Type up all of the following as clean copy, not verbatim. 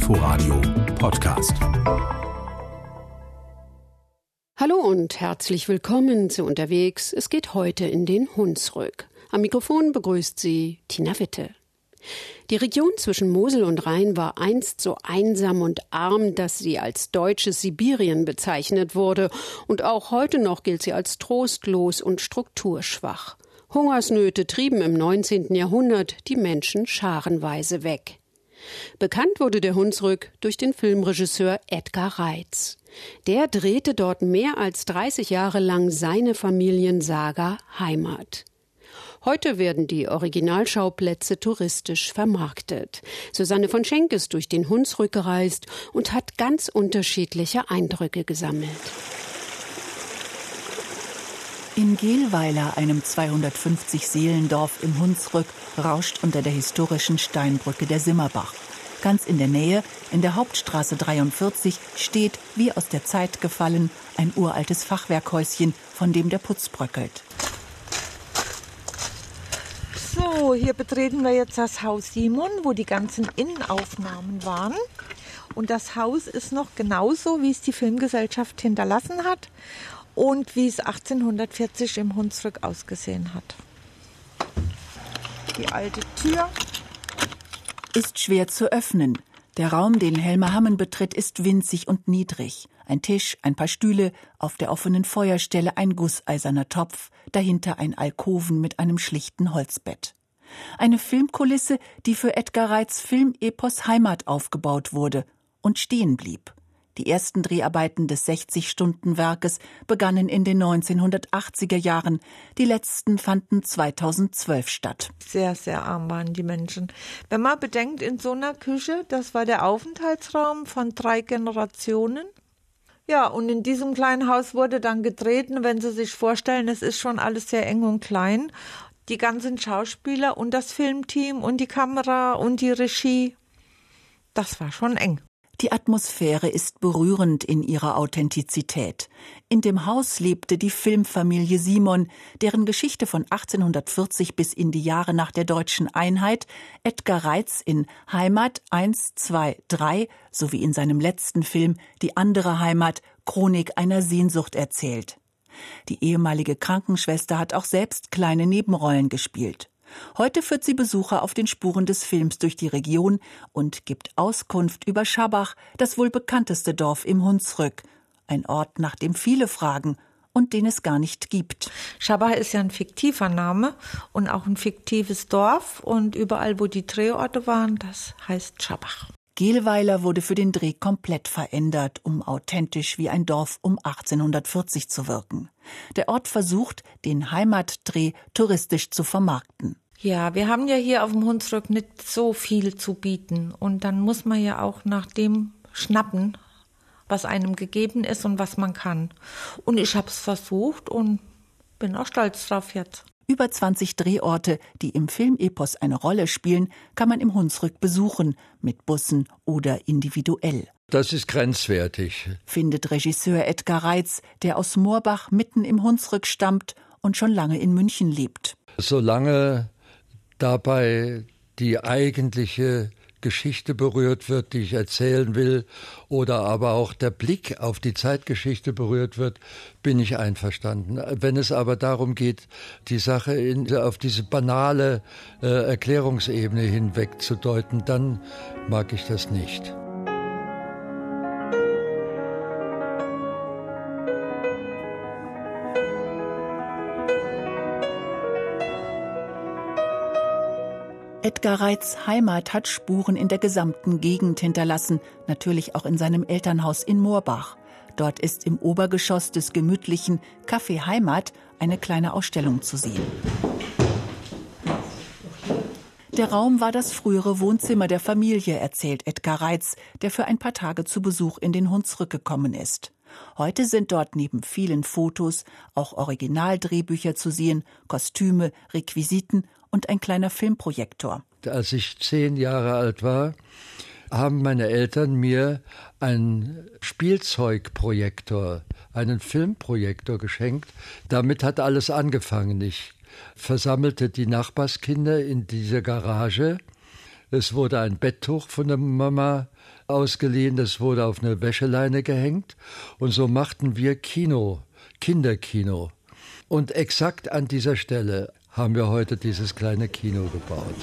Inforadio Podcast. Hallo und herzlich willkommen zu Unterwegs. Es geht heute in den Hunsrück. Am Mikrofon begrüßt Sie Tina Witte. Die Region zwischen Mosel und Rhein war einst so einsam und arm, dass sie als deutsches Sibirien bezeichnet wurde. Und auch heute noch gilt sie als trostlos und strukturschwach. Hungersnöte trieben im 19. Jahrhundert die Menschen scharenweise weg. Bekannt wurde der Hunsrück durch den Filmregisseur Edgar Reitz. Der drehte dort mehr als 30 Jahre lang seine Familiensaga Heimat. Heute werden die Originalschauplätze touristisch vermarktet. Susanne von Schenk ist durch den Hunsrück gereist und hat ganz unterschiedliche Eindrücke gesammelt. In Gehlweiler, einem 250-Seelendorf im Hunsrück, rauscht unter der historischen Steinbrücke der Simmerbach. Ganz in der Nähe, in der Hauptstraße 43, steht, wie aus der Zeit gefallen, ein uraltes Fachwerkhäuschen, von dem der Putz bröckelt. So, hier betreten wir jetzt das Haus Simon, wo die ganzen Innenaufnahmen waren. Und das Haus ist noch genauso, wie es die Filmgesellschaft hinterlassen hat und wie es 1840 im Hunsrück ausgesehen hat. Die alte Tür ist schwer zu öffnen. Der Raum, den Helmer Hammen betritt, ist winzig und niedrig. Ein Tisch, ein paar Stühle, auf der offenen Feuerstelle ein gusseiserner Topf, dahinter ein Alkoven mit einem schlichten Holzbett. Eine Filmkulisse, die für Edgar Reitz' Filmepos Heimat aufgebaut wurde und stehen blieb. Die ersten Dreharbeiten des 60-Stunden-Werkes begannen in den 1980er Jahren. Die letzten fanden 2012 statt. Sehr, sehr arm waren die Menschen. Wenn man bedenkt, in so einer Küche, das war der Aufenthaltsraum von 3 Generationen. Ja, und in diesem kleinen Haus wurde dann gedreht. Und wenn Sie sich vorstellen, es ist schon alles sehr eng und klein. Die ganzen Schauspieler und das Filmteam und die Kamera und die Regie, das war schon eng. Die Atmosphäre ist berührend in ihrer Authentizität. In dem Haus lebte die Filmfamilie Simon, deren Geschichte von 1840 bis in die Jahre nach der deutschen Einheit Edgar Reitz in Heimat 1, 2, 3 sowie in seinem letzten Film Die andere Heimat, Chronik einer Sehnsucht erzählt. Die ehemalige Krankenschwester hat auch selbst kleine Nebenrollen gespielt. Heute führt sie Besucher auf den Spuren des Films durch die Region und gibt Auskunft über Schabach, das wohl bekannteste Dorf im Hunsrück. Ein Ort, nach dem viele fragen und den es gar nicht gibt. Schabach ist ja ein fiktiver Name und auch ein fiktives Dorf. Und überall, wo die Drehorte waren, das heißt Schabach. Gehlweiler wurde für den Dreh komplett verändert, um authentisch wie ein Dorf um 1840 zu wirken. Der Ort versucht, den Heimatdreh touristisch zu vermarkten. Ja, wir haben ja hier auf dem Hunsrück nicht so viel zu bieten. Und dann muss man ja auch nach dem schnappen, was einem gegeben ist und was man kann. Und ich habe es versucht und bin auch stolz drauf jetzt. Über 20 Drehorte, die im Filmepos eine Rolle spielen, kann man im Hunsrück besuchen, mit Bussen oder individuell. Das ist grenzwertig, findet Regisseur Edgar Reitz, der aus Moorbach mitten im Hunsrück stammt und schon lange in München lebt. Solange dabei die eigentliche Geschichte berührt wird, die ich erzählen will, oder aber auch der Blick auf die Zeitgeschichte berührt wird, bin ich einverstanden. Wenn es aber darum geht, die Sache auf diese banale Erklärungsebene hinwegzudeuten, dann mag ich das nicht. Edgar Reitz' Heimat hat Spuren in der gesamten Gegend hinterlassen, natürlich auch in seinem Elternhaus in Moorbach. Dort ist im Obergeschoss des gemütlichen Café Heimat eine kleine Ausstellung zu sehen. Der Raum war das frühere Wohnzimmer der Familie, erzählt Edgar Reitz, der für ein paar Tage zu Besuch in den Hunsrück gekommen ist. Heute sind dort neben vielen Fotos auch Originaldrehbücher zu sehen, Kostüme, Requisiten und ein kleiner Filmprojektor. Als ich 10 Jahre alt war, haben meine Eltern mir einen Spielzeugprojektor, einen Filmprojektor geschenkt. Damit hat alles angefangen. Ich versammelte die Nachbarskinder in dieser Garage. Es wurde ein Betttuch von der Mama ausgeliehen, das wurde auf eine Wäscheleine gehängt. Und so machten wir Kino, Kinderkino. Und exakt an dieser Stelle haben wir heute dieses kleine Kino gebaut.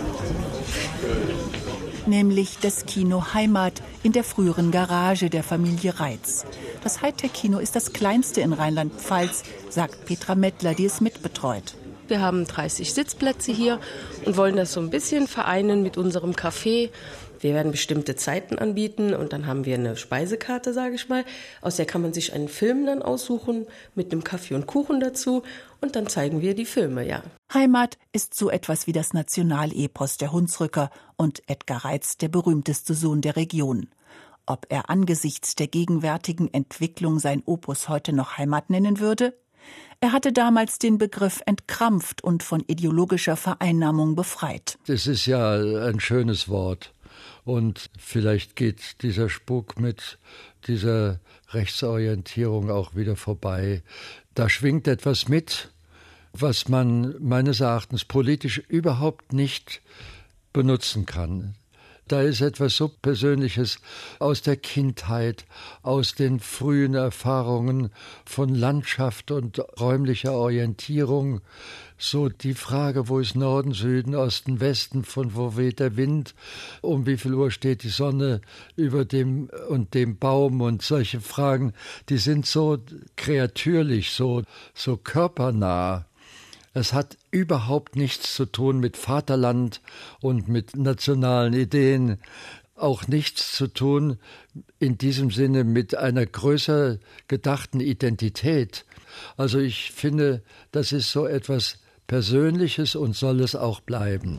Nämlich das Kino Heimat in der früheren Garage der Familie Reitz. Das Hightech-Kino ist das kleinste in Rheinland-Pfalz, sagt Petra Mettler, die es mitbetreut. Wir haben 30 Sitzplätze hier und wollen das so ein bisschen vereinen mit unserem Café. Wir werden bestimmte Zeiten anbieten und dann haben wir eine Speisekarte, sage ich mal. Aus der kann man sich einen Film dann aussuchen mit einem Kaffee und Kuchen dazu und dann zeigen wir die Filme, ja. Heimat ist so etwas wie das Nationalepos der Hunsrücker und Edgar Reitz der berühmteste Sohn der Region. Ob er angesichts der gegenwärtigen Entwicklung sein Opus heute noch Heimat nennen würde? Er hatte damals den Begriff entkrampft und von ideologischer Vereinnahmung befreit. Das ist ja ein schönes Wort. Und vielleicht geht dieser Spuk mit dieser Rechtsorientierung auch wieder vorbei. Da schwingt etwas mit, was man meines Erachtens politisch überhaupt nicht benutzen kann. Da ist etwas so Persönliches aus der Kindheit, aus den frühen Erfahrungen von Landschaft und räumlicher Orientierung. So die Frage, wo ist Norden, Süden, Osten, Westen, von wo weht der Wind, um wie viel Uhr steht die Sonne über dem und dem Baum und solche Fragen, die sind so kreatürlich, so körpernah. Es hat überhaupt nichts zu tun mit Vaterland und mit nationalen Ideen, auch nichts zu tun in diesem Sinne mit einer größer gedachten Identität. Also ich finde, das ist so etwas Persönliches und soll es auch bleiben.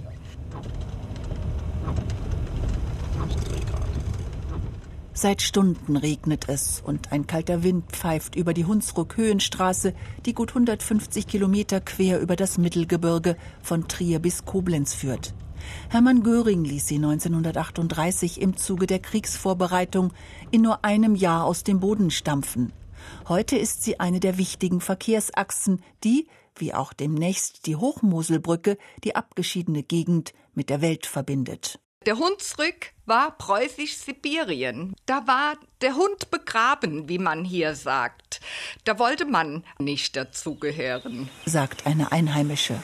Seit Stunden regnet es und ein kalter Wind pfeift über die Hunsrück-Höhenstraße, die gut 150 Kilometer quer über das Mittelgebirge von Trier bis Koblenz führt. Hermann Göring ließ sie 1938 im Zuge der Kriegsvorbereitung in nur einem Jahr aus dem Boden stampfen. Heute ist sie eine der wichtigen Verkehrsachsen, die, wie auch demnächst die Hochmoselbrücke, die abgeschiedene Gegend mit der Welt verbindet. Der Hunsrück war preußisch-Sibirien. Da war der Hund begraben, wie man hier sagt. Da wollte man nicht dazugehören, sagt eine Einheimische.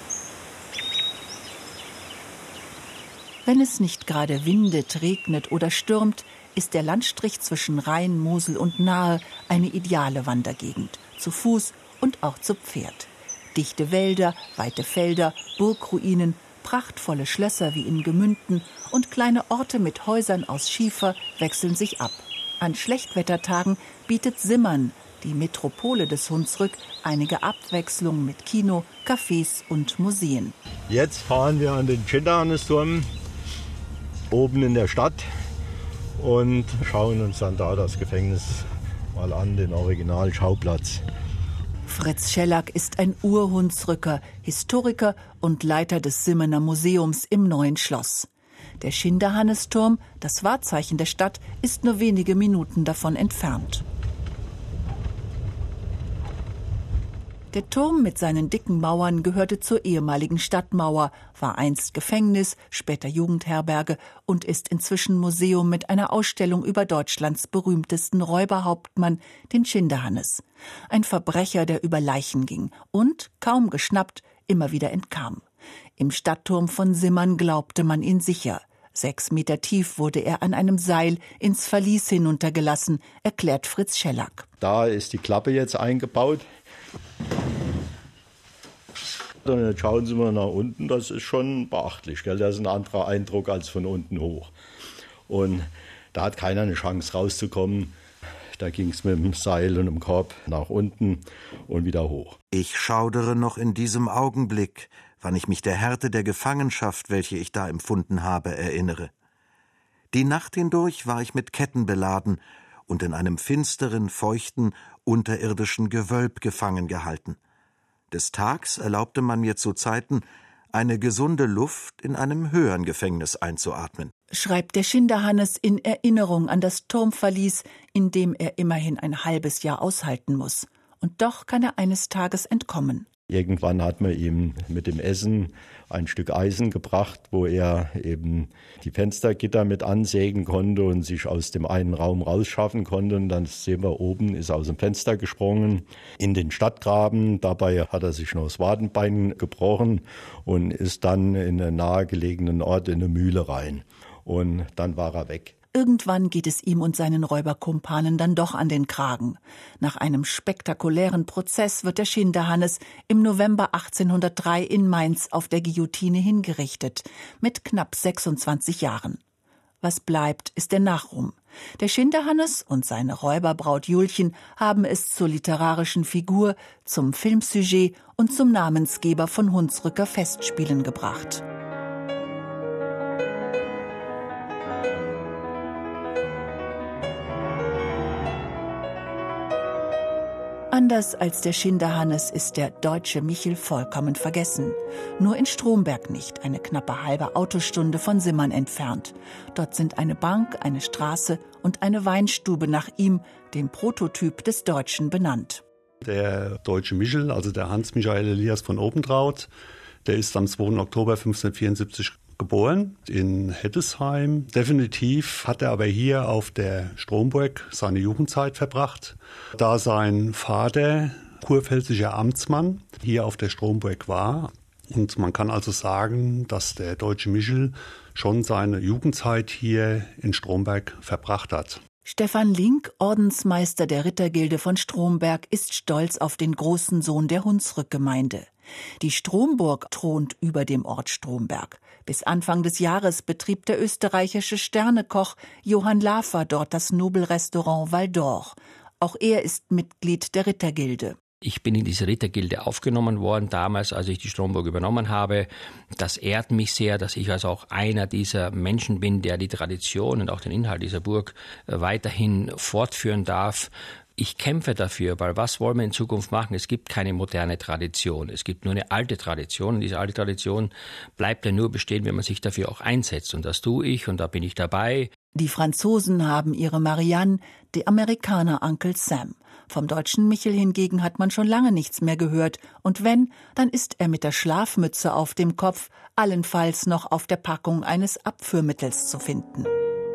Wenn es nicht gerade windet, regnet oder stürmt, ist der Landstrich zwischen Rhein, Mosel und Nahe eine ideale Wandergegend, zu Fuß und auch zu Pferd. Dichte Wälder, weite Felder, Burgruinen, prachtvolle Schlösser wie in Gemünden und kleine Orte mit Häusern aus Schiefer wechseln sich ab. An Schlechtwettertagen bietet Simmern, die Metropole des Hunsrück, einige Abwechslung mit Kino, Cafés und Museen. Jetzt fahren wir an den Schinderhannesturm oben in der Stadt und schauen uns dann da das Gefängnis mal an, den Originalschauplatz. Fritz Schellack ist ein Urhunsrücker, Historiker und Leiter des Simmerner Museums im Neuen Schloss. Der Schinderhannesturm, das Wahrzeichen der Stadt, ist nur wenige Minuten davon entfernt. Der Turm mit seinen dicken Mauern gehörte zur ehemaligen Stadtmauer, war einst Gefängnis, später Jugendherberge und ist inzwischen Museum mit einer Ausstellung über Deutschlands berühmtesten Räuberhauptmann, den Schinderhannes. Ein Verbrecher, der über Leichen ging und, kaum geschnappt, immer wieder entkam. Im Stadtturm von Simmern glaubte man ihn sicher. 6 Meter tief wurde er an einem Seil ins Verlies hinuntergelassen, erklärt Fritz Schellack. Da ist die Klappe jetzt eingebaut. Und jetzt schauen Sie mal nach unten, das ist schon beachtlich. Gell? Das ist ein anderer Eindruck als von unten hoch. Und da hat keiner eine Chance rauszukommen. Da ging es mit dem Seil und dem Korb nach unten und wieder hoch. Ich schaudere noch in diesem Augenblick, wann ich mich der Härte der Gefangenschaft, welche ich da empfunden habe, erinnere. Die Nacht hindurch war ich mit Ketten beladen und in einem finsteren, feuchten, unterirdischen Gewölb gefangen gehalten. Des Tags erlaubte man mir zu Zeiten, eine gesunde Luft in einem höheren Gefängnis einzuatmen. Schreibt der Schinderhannes in Erinnerung an das Turmverlies, in dem er immerhin ein halbes Jahr aushalten muss. Und doch kann er eines Tages entkommen. Irgendwann hat man ihm mit dem Essen ein Stück Eisen gebracht, wo er eben die Fenstergitter mit ansägen konnte und sich aus dem einen Raum rausschaffen konnte. Und dann sehen wir oben, ist er aus dem Fenster gesprungen in den Stadtgraben. Dabei hat er sich noch das Wadenbein gebrochen und ist dann in einen nahegelegenen Ort in eine Mühle rein. Und dann war er weg. Irgendwann geht es ihm und seinen Räuberkumpanen dann doch an den Kragen. Nach einem spektakulären Prozess wird der Schinderhannes im November 1803 in Mainz auf der Guillotine hingerichtet, mit knapp 26 Jahren. Was bleibt, ist der Nachruhm. Der Schinderhannes und seine Räuberbraut Julchen haben es zur literarischen Figur, zum Filmsujet und zum Namensgeber von Hunsrücker Festspielen gebracht. Anders als der Schinderhannes ist der deutsche Michel vollkommen vergessen. Nur in Stromberg nicht, eine knappe halbe Autostunde von Simmern entfernt. Dort sind eine Bank, eine Straße und eine Weinstube nach ihm, dem Prototyp des Deutschen, benannt. Der deutsche Michel, also der Hans Michael Elias von Obentraut, der ist am 2. Oktober 1574 geboren in Heddesheim. Definitiv hat er aber hier auf der Stromburg seine Jugendzeit verbracht, da sein Vater kurpfälzischer Amtsmann hier auf der Stromburg war. Und man kann also sagen, dass der deutsche Michel schon seine Jugendzeit hier in Stromberg verbracht hat. Stefan Link, Ordensmeister der Rittergilde von Stromberg, ist stolz auf den großen Sohn der Hunsrück-Gemeinde. Die Stromburg thront über dem Ort Stromberg. Bis Anfang des Jahres betrieb der österreichische Sternekoch Johann Lafer dort das Nobelrestaurant Val d'Or. Auch er ist Mitglied der Rittergilde. Ich bin in diese Rittergilde aufgenommen worden, damals, als ich die Stromburg übernommen habe. Das ehrt mich sehr, dass ich also auch einer dieser Menschen bin, der die Tradition und auch den Inhalt dieser Burg weiterhin fortführen darf. Ich kämpfe dafür, weil was wollen wir in Zukunft machen? Es gibt keine moderne Tradition, es gibt nur eine alte Tradition. Und diese alte Tradition bleibt ja nur bestehen, wenn man sich dafür auch einsetzt. Und das tue ich und da bin ich dabei. Die Franzosen haben ihre Marianne, die Amerikaner Uncle Sam. Vom deutschen Michel hingegen hat man schon lange nichts mehr gehört. Und wenn, dann ist er mit der Schlafmütze auf dem Kopf, allenfalls noch auf der Packung eines Abführmittels zu finden.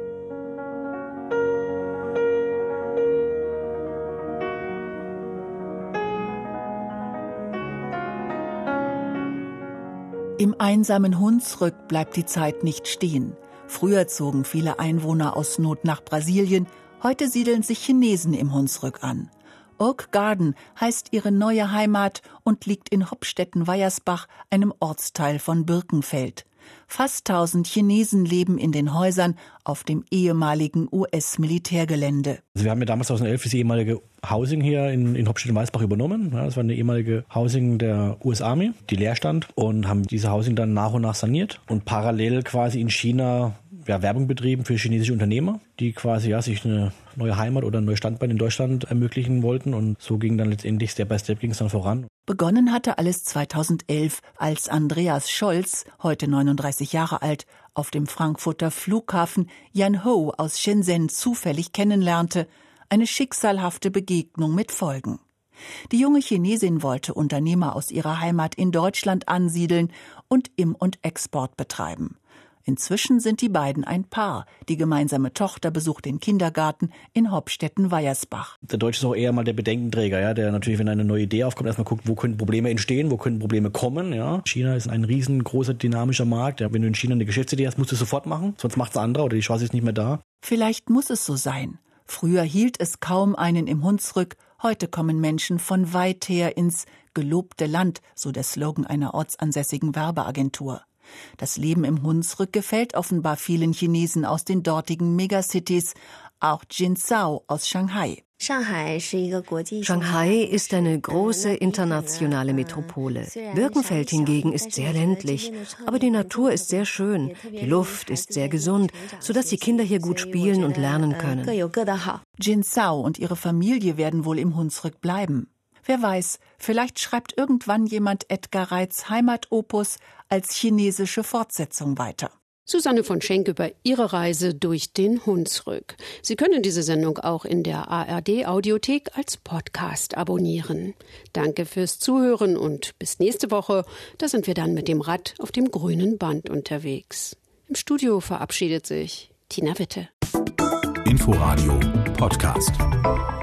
Im einsamen Hunsrück bleibt die Zeit nicht stehen. Früher zogen viele Einwohner aus Not nach Brasilien, heute siedeln sich Chinesen im Hunsrück an. Oak Garden heißt ihre neue Heimat und liegt in Hopstetten-Weiersbach, einem Ortsteil von Birkenfeld. Fast 1000 Chinesen leben in den Häusern auf dem ehemaligen US-Militärgelände. Also wir haben ja damals 2011 das ehemalige Housing hier in Hopstetten-Weiersbach übernommen. Ja, das war eine ehemalige Housing der US-Army, die leer stand, und haben diese Housing dann nach und nach saniert und parallel quasi in China Werbung betrieben für chinesische Unternehmer, die quasi sich eine neue Heimat oder ein neues Standbein in Deutschland ermöglichen wollten. Und so ging dann letztendlich Step by Step ging es dann voran. Begonnen hatte alles 2011, als Andreas Scholz, heute 39 Jahre alt, auf dem Frankfurter Flughafen Yan Ho aus Shenzhen zufällig kennenlernte. Eine schicksalhafte Begegnung mit Folgen. Die junge Chinesin wollte Unternehmer aus ihrer Heimat in Deutschland ansiedeln und Im- und Export betreiben. Inzwischen sind die beiden ein Paar. Die gemeinsame Tochter besucht den Kindergarten in Hopstetten-Weiersbach. Der Deutsche ist auch eher mal der Bedenkenträger, ja, der natürlich, wenn eine neue Idee aufkommt, erstmal guckt, wo können Probleme entstehen, wo können Probleme kommen. Ja. China ist ein riesengroßer, dynamischer Markt. Ja. Wenn du in China eine Geschäftsidee hast, musst du es sofort machen, sonst macht es ein anderer oder die Chance ist nicht mehr da. Vielleicht muss es so sein. Früher hielt es kaum einen im Hunsrück, heute kommen Menschen von weit her ins gelobte Land, so der Slogan einer ortsansässigen Werbeagentur. Das Leben im Hunsrück gefällt offenbar vielen Chinesen aus den dortigen Megacities, auch Jin Zhao aus Shanghai. Shanghai ist eine große internationale Metropole. Birkenfeld hingegen ist sehr ländlich, aber die Natur ist sehr schön, die Luft ist sehr gesund, sodass die Kinder hier gut spielen und lernen können. Jin Zhao und ihre Familie werden wohl im Hunsrück bleiben. Wer weiß, vielleicht schreibt irgendwann jemand Edgar Reitz' Heimatopus als chinesische Fortsetzung weiter. Susanne von Schenk über ihre Reise durch den Hunsrück. Sie können diese Sendung auch in der ARD-Audiothek als Podcast abonnieren. Danke fürs Zuhören und bis nächste Woche. Da sind wir dann mit dem Rad auf dem grünen Band unterwegs. Im Studio verabschiedet sich Tina Witte. Inforadio Podcast.